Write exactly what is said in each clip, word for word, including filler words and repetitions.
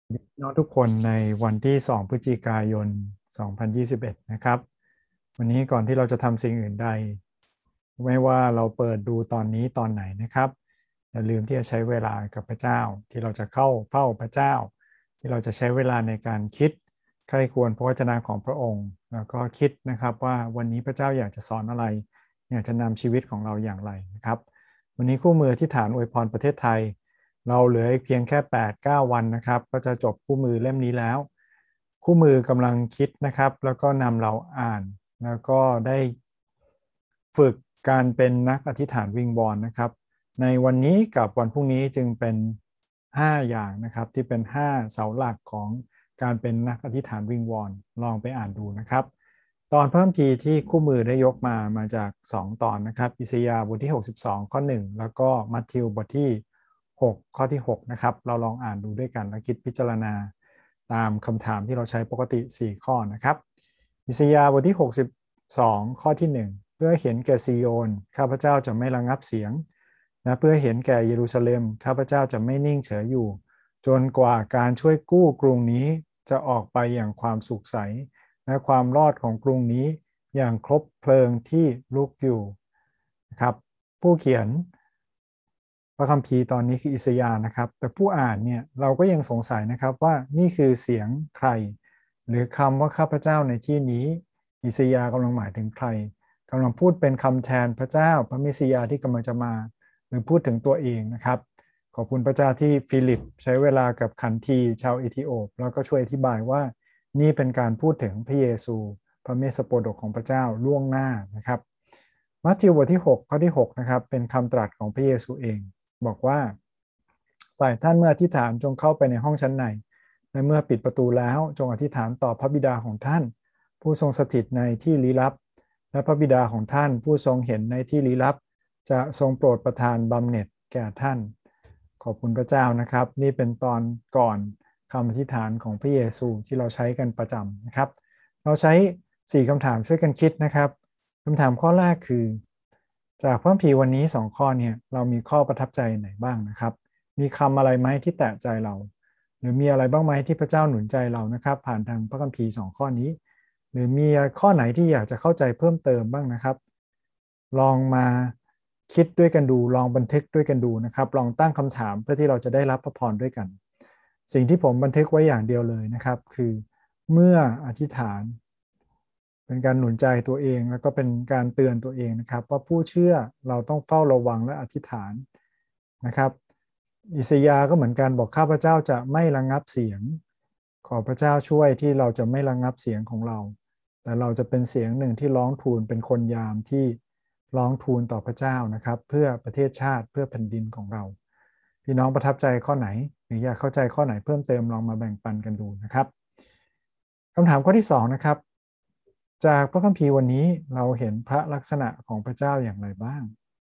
พี่น้องทุกคนในวันที่สองพฤศจิกายนสองพันยี่สิบเอ็ดนะครับวันนี้ก่อนที่เราจะทำสิ่งอื่นใดไม่ว่าเราเปิดดูตอนนี้ตอนไหนนะครับอย่าลืมที่จะใช้เวลากับพระเจ้าที่เราจะเข้าเฝ้าพระเจ้าที่เราจะใช้เวลาในการคิดใคร่ครวญพระวจนะของพระองค์แล้วก็คิดนะครับว่าวันนี้พระเจ้าอยากจะสอนอะไรอยากจะนำชีวิตของเราอย่างไรนะครับวันนี้คู่มือที่ฐานอวยพรประเทศไทยเราเหลือเพียงแค่แปด เก้าวันนะครับก็จะจบคู่มือเล่มนี้แล้วคู่มือกำลังคิดนะครับแล้วก็นำเราอ่านแล้วก็ได้ฝึกการเป็นนักอธิษฐานวิงวอนนะครับในวันนี้กับวันพรุ่งนี้จึงเป็นห้าอย่างนะครับที่เป็นห้าเสาหลักของการเป็นนักอธิษฐานวิงวอนลองไปอ่านดูนะครับตอนเพิ่มทีที่คู่มือได้ยกมามาจากสองตอนนะครับอิสยาห์บทที่หกสิบสองข้อหนึ่งแล้วก็มัทธิวบทที่หกข้อที่หกนะครับเราลองอ่านดูด้วยกันและคิดพิจารณาตามคำถามที่เราใช้ปกติสี่ข้อนะครับอิสยาห์บทที่หกสิบสองข้อที่หนึ่งเพื่อเห็นแก่ซีโยนข้าพเจ้าจะไม่ระงับเสียงนะเพื่อเห็นแก่เยรูซาเล็มข้าพเจ้าจะไม่นิ่งเฉยอยู่จนกว่าการช่วยกู้กรุงนี้จะออกไปอย่างความสุขใสและความรอดของกรุงนี้อย่างครบเพลิงที่ลุกอยู่นะครับผู้เขียนพระคัมภีร์ตอนนี้คืออิสยาห์นะครับแต่ผู้อ่านเนี่ยเราก็ยังสงสัยนะครับว่านี่คือเสียงใครหรือคำว่าข้าพเจ้าในที่นี้อิสยาห์กำลังหมายถึงใครกำลังพูดเป็นคำแทนพระเจ้าพระเมสสิยาที่กำลังจะมาหรือพูดถึงตัวเองนะครับขอบคุณพระเจ้าที่ฟิลิปใช้เวลากับขันทีชาวเอธิโอปแล้วก็ช่วยอธิบายว่านี่เป็นการพูดถึงพระเยซูพระเมสสโปรดกของพระเจ้าล่วงหน้านะครับมัทธิวบทที่หกข้อที่หกนะครับเป็นคำตรัสของพระเยซูเองบอกว่าฝ่ายท่านเมื่ออธิษฐานจงเข้าไปในห้องชั้นในและเมื่อปิดประตูแล้วจงอธิษฐานต่อพระบิดาของท่านผู้ทรงสถิตในที่ลี้ลับและพระบิดาของท่านผู้ทรงเห็นในที่ลี้ลับจะทรงโปรดประทานบำเหน็จแก่ท่านขอบคุณพระเจ้านะครับนี่เป็นตอนก่อนคำอธิษฐานของพระเยซูที่เราใช้กันประจำนะครับเราใช้สี่คำถามช่วยกันคิดนะครับคำถามข้อแรกคือจากพระคัมภีร์วันนี้สองข้อเนี่ยเรามีข้อประทับใจไหนบ้างนะครับมีคำอะไรไหมที่แตะใจเราหรือมีอะไรบ้างไหมที่พระเจ้าหนุนใจเรานะครับผ่านทางพระคัมภีร์สองข้อนี้หรือมีข้อไหนที่อยากจะเข้าใจเพิ่มเติมบ้างนะครับลองมาคิดด้วยกันดูลองบันทึกด้วยกันดูนะครับลองตั้งคำถามเพื่อที่เราจะได้รับพระพรด้วยกันสิ่งที่ผมบันทึกไว้อย่างเดียวเลยนะครับคือเมื่ออธิษฐานเป็นการหนุนใจตัวเองแล้วก็เป็นการเตือนตัวเองนะครับว่าผู้เชื่อเราต้องเฝ้าระวังและอธิษฐานนะครับอิสยาห์ก็เหมือนกันบอกข้าพเจ้าจะไม่ระงับเสียงขอพระเจ้าช่วยที่เราจะไม่ระงับเสียงของเราแต่เราจะเป็นเสียงหนึ่งที่ร้องทูลเป็นคนยามที่ร้องทูลต่อพระเจ้านะครับเพื่อประเทศชาติเพื่อแผ่นดินของเราพี่น้องประทับใจข้อไหนหรืออยากเข้าใจข้อไหนเพิ่มเติมลองมาแบ่งปันกันดูนะครับคำถามข้อที่สองนะครับจากพระคัมภีร์วันนี้เราเห็นพระลักษณะของพระเจ้าอย่างไรบ้าง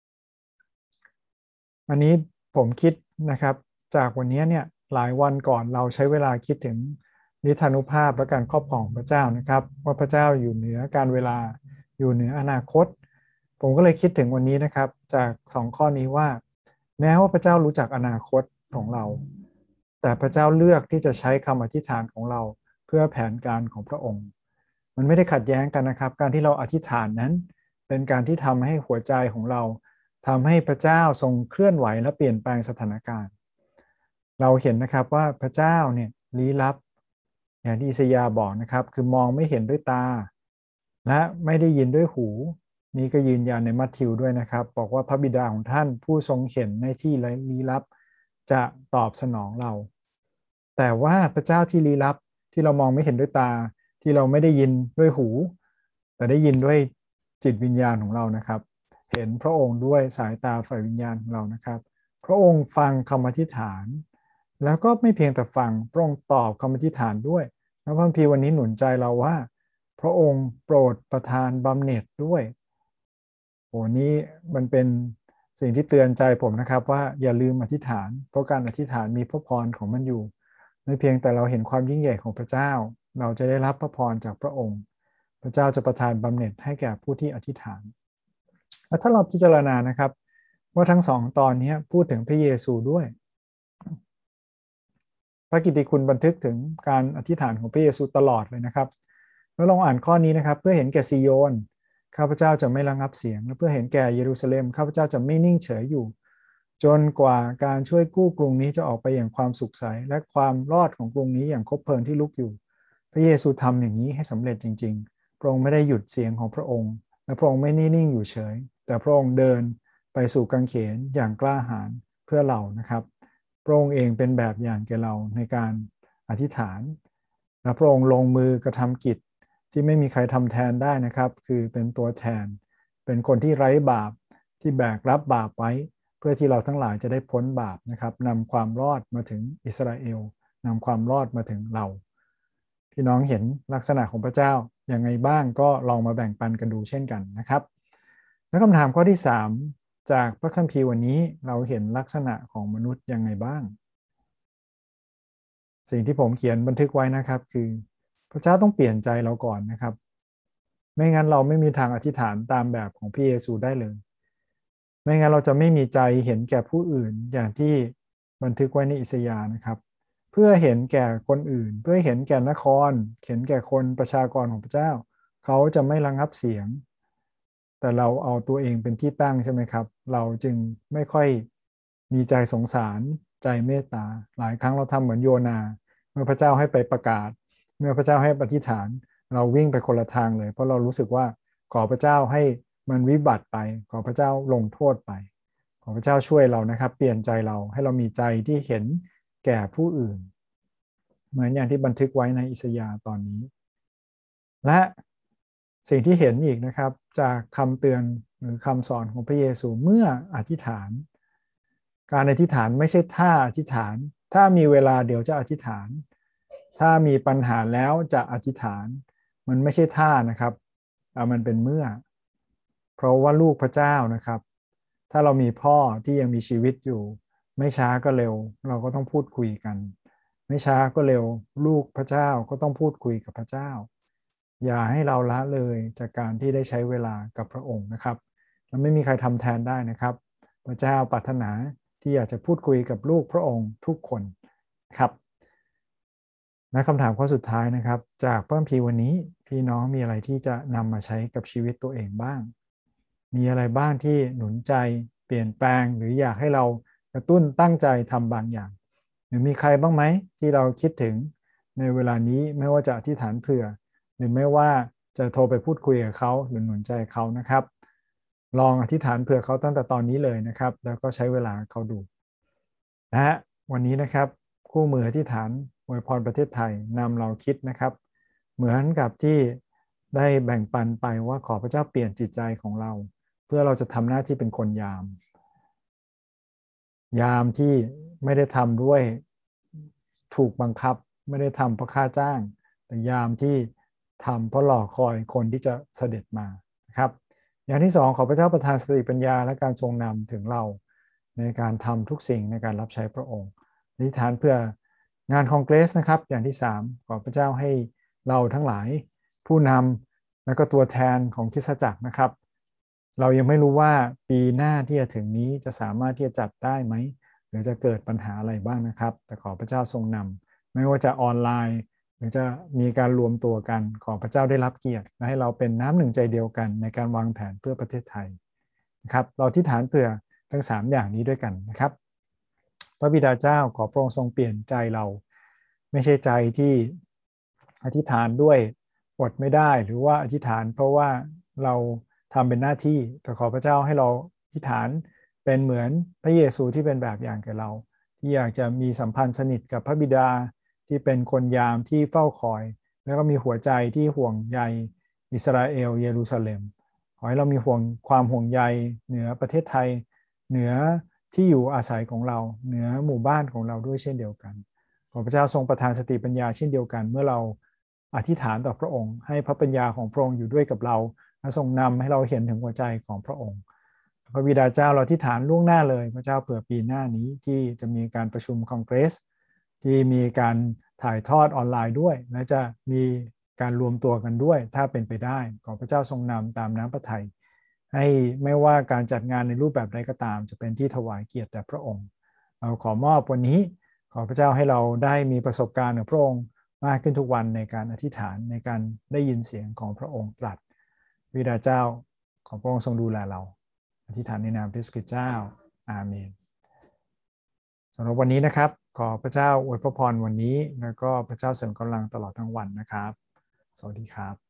อันนี้ผมคิดนะครับจากวันนี้เนี่ยหลายวันก่อนเราใช้เวลาคิดถึงนิทานุภาพและการครอบครองพระเจ้านะครับว่าพระเจ้าอยู่เหนือการเวลาอยู่เหนืออนาคตผมก็เลยคิดถึงวันนี้นะครับจากสองข้อนี้ว่าแม้ว่าพระเจ้ารู้จักอนาคตของเราแต่พระเจ้าเลือกที่จะใช้คำอธิษฐานของเราเพื่อแผนการของพระองค์มันไม่ได้ขัดแย้งกันนะครับการที่เราอธิษฐานนั้นเป็นการที่ทำให้หัวใจของเราทำให้พระเจ้าทรงเคลื่อนไหวและเปลี่ยนแปลงสถานการณ์เราเห็นนะครับว่าพระเจ้าเนี่ยลี้ลับอย่างที่อิสยาห์บอกนะครับคือมองไม่เห็นด้วยตาและไม่ได้ยินด้วยหูนี่ก็ยืนยันในมัทธิวด้วยนะครับบอกว่าพระบิดาของท่านผู้ทรงเห็นในที่ลี้ลับจะตอบสนองเราแต่ว่าพระเจ้าที่ลี้ลับที่เรามองไม่เห็นด้วยตาที่เราไม่ได้ยินด้วยหูแต่ได้ยินด้วยจิตวิญญาณของเรานะครับเห็นพระองค์ด้วยสายตาฝ่ายวิญญาณของเรานะครับพระองค์ฟังคำอธิษฐานแล้วก็ไม่เพียงแต่ฟังพระองค์ตอบคำอธิษฐานด้วยพระคัมภีร์วันนี้หนุนใจเราว่าพระองค์โปรดประทานบำเหน็จด้วยโอ้นี่มันเป็นสิ่งที่เตือนใจผมนะครับว่าอย่าลืมอธิษฐานเพราะการอธิษฐานมีพระพรของมันอยู่ไม่เพียงแต่เราเห็นความยิ่งใหญ่ของพระเจ้าเราจะได้รับพระพรจากพระองค์พระเจ้าจะประทานบำเหน็จให้แก่ผู้ที่อธิษฐานแล้วถ้าเราพิจารณานะครับว่าทั้งสองตอนนี้พูดถึงพระเยซูด้วยพระกิตติคุณบันทึกถึงการอธิษฐานของพระเยซูตลอดเลยนะครับแล้วลองอ่านข้อนี้นะครับเพื่อเห็นแก่ซิโยนข้าพเจ้าจะไม่ระงับเสียงและเพื่อเห็นแก่เยรูซาเล็มข้าพเจ้าจะไม่นิ่งเฉยอยู่จนกว่าการช่วยกู้กรุงนี้จะออกไปอย่างความสุขใสและความรอดของกรุงนี้อย่างคบเพลิงที่ลุกอยู่พระเยซูทำอย่างนี้ให้สำเร็จจริงๆพระองค์ไม่ได้หยุดเสียงของพระองค์และพระองค์ไม่นิ่งอยู่เฉยแต่พระองค์เดินไปสู่กางเขนอย่างกล้าหาญเพื่อเรานะครับพระองค์เองเป็นแบบอย่างแก่เราในการอธิษฐานและพระองค์ลงมือกระทำกิจที่ไม่มีใครทำแทนได้นะครับคือเป็นตัวแทนเป็นคนที่ไร้บาปที่แบกรับบาปไว้เพื่อที่เราทั้งหลายจะได้พ้นบาปนะครับนำความรอดมาถึงอิสราเอลนำความรอดมาถึงเราพี่น้องเห็นลักษณะของพระเจ้ายังไงบ้างก็ลองมาแบ่งปันกันดูเช่นกันนะครับและคำถามข้อที่สามจากพระคัมภีร์วันนี้เราเห็นลักษณะของมนุษย์ยังไงบ้างสิ่งที่ผมเขียนบันทึกไว้นะครับคือพระเจ้าต้องเปลี่ยนใจเราก่อนนะครับไม่งั้นเราไม่มีทางอธิษฐานตามแบบของพระเยซูได้เลยไม่งั้นเราจะไม่มีใจเห็นแก่ผู้อื่นอย่างที่บันทึกไว้ในอิสยาห์นะครับเพื่อเห็นแก่คนอื่นเพื่อเห็นแก่นครเห็นแก่คนประชากรของพระเจ้าเขาจะไม่ระงับเสียงแต่เราเอาตัวเองเป็นที่ตั้งใช่ไหมครับเราจึงไม่ค่อยมีใจสงสารใจเมตตาหลายครั้งเราทำเหมือนโยนาเมื่อพระเจ้าให้ไปประกาศเมื่อพระเจ้าให้อธิษฐานเราวิ่งไปคนละทางเลยเพราะเรารู้สึกว่าขอพระเจ้าให้มันวิบัติไปขอพระเจ้าลงโทษไปขอพระเจ้าช่วยเรานะครับเปลี่ยนใจเราให้เรามีใจที่เห็นแก่ผู้อื่นเหมือนอย่างที่บันทึกไว้ในอิสยาห์ตอนนี้และสิ่งที่เห็นอีกนะครับจากคำเตือนหรือคำสอนของพระเยซูเมื่ออธิษฐานการอธิษฐานไม่ใช่ถ้าอธิษฐานถ้ามีเวลาเดี๋ยวจะอธิษฐานถ้ามีปัญหาแล้วจะอธิษฐานมันไม่ใช่ถ้านะครับมันเป็นเมื่อเพราะว่าลูกพระเจ้านะครับถ้าเรามีพ่อที่ยังมีชีวิตอยู่ไม่ช้าก็เร็วเราก็ต้องพูดคุยกันไม่ช้าก็เร็วลูกพระเจ้าก็ต้องพูดคุยกับพระเจ้าอย่าให้เราละเลยจากการที่ได้ใช้เวลากับพระองค์นะครับและไม่มีใครทำแทนได้นะครับพระเจ้าปรารถนาที่อยากจะพูดคุยกับลูกพระองค์ทุกคนครับและคำถามข้อสุดท้ายนะครับจากพระคัมภีร์วันนี้พี่น้องมีอะไรที่จะนำมาใช้กับชีวิตตัวเองบ้างมีอะไรบ้างที่หนุนใจเปลี่ยนแปลงหรืออยากให้เรากระตุ้นตั้งใจทำบางอย่างหรือมีใครบ้างไหมที่เราคิดถึงในเวลานี้ไม่ว่าจะอธิษฐานเผื่อหรือไม่ว่าจะโทรไปพูดคุยกับเขาหรือหนุนใจเขานะครับลองอธิษฐานเผื่อเขาตั้งแต่ตอนนี้เลยนะครับแล้วก็ใช้เวลาเขาดูและวันนี้นะครับคู่มืออธิษฐานอวยพรประเทศไทยนำเราคิดนะครับเหมือนกับที่ได้แบ่งปันไปว่าขอพระเจ้าเปลี่ยนจิตใจของเราเพื่อเราจะทำหน้าที่เป็นคนยามยามที่ไม่ได้ทำด้วยถูกบังคับไม่ได้ทำเพราะค่าจ้างแต่ยามที่ทำเพราะรอคอยคนที่จะเสด็จมานะครับอย่างที่สองขอพระเจ้าประทานสติปัญญาและการทรงนำถึงเราในการทำทุกสิ่งในการรับใช้พระองค์อธิษฐานเพื่องานคองเกรสนะครับอย่างที่สามขอพระเจ้าให้เราทั้งหลายผู้นำและก็ตัวแทนของคริสตจักรนะครับเรายังไม่รู้ว่าปีหน้าที่จะถึงนี้จะสามารถที่จะจัดได้ไหมหรือจะเกิดปัญหาอะไรบ้างนะครับแต่ขอพระเจ้าทรงนำไม่ว่าจะออนไลน์หรือจะมีการรวมตัวกันขอพระเจ้าได้รับเกียรติและให้เราเป็นน้ำหนึ่งใจเดียวกันในการวางแผนเพื่อประเทศไทยนะครับเราที่ฐานเผื่อทั้งสามอย่างนี้ด้วยกันนะครับพระบิดาเจ้าขอพระองค์ทรงเปลี่ยนใจเราไม่ใช่ใจที่อธิษฐานด้วยอดไม่ได้หรือว่าอธิษฐานเพราะว่าเราทำเป็นหน้าที่แต่ขอพระเจ้าให้เราอธิษฐานเป็นเหมือนพระเยซูที่เป็นแบบอย่างแก่เราที่อยากจะมีสัมพันธ์สนิทกับพระบิดาที่เป็นคนยามที่เฝ้าคอยแล้วก็มีหัวใจที่ห่วงใยอิสราเอลเยรูซาเล็มขอให้เรามีห่วงความห่วงใยเหนือประเทศไทยเหนือที่อยู่อาศัยของเราเหนือหมู่บ้านของเราด้วยเช่นเดียวกันขอพระเจ้าทรงประทานสติปัญญาเช่นเดียวกันเมื่อเราอธิษฐานต่อพระองค์ให้พระปัญญาของพระองค์อยู่ด้วยกับเราและทรงนำให้เราเห็นถึงหัวใจของพระองค์พระบิดาเจ้าเราอธิษฐานล่วงหน้าเลยพระเจ้าเผื่อปีหน้านี้ที่จะมีการประชุมคองเกรสที่มีการถ่ายทอดออนไลน์ด้วยและจะมีการรวมตัวกันด้วยถ้าเป็นไปได้ขอพระเจ้าทรงนำตามน้ำพระทัยให้ไม่ว่าการจัดงานในรูปแบบใดก็ตามจะเป็นที่ถวายเกียรติแด่พระองค์เราขอมอบวันนี้ขอพระเจ้าให้เราได้มีประสบการณ์กับพระองค์มากขึ้นทุกวันในการอธิษฐานในการได้ยินเสียงของพระองค์ตรัสวิดาเจ้าขอพระองค์ทรงดูแลเราอธิษฐานในนามพระเจ้าอาเมนสำหรับวันนี้นะครับขอพระเจ้าอวยพรวันนี้แล้วก็พระเจ้าเสริมกำลังตลอดทั้งวันนะครับสวัสดีครับ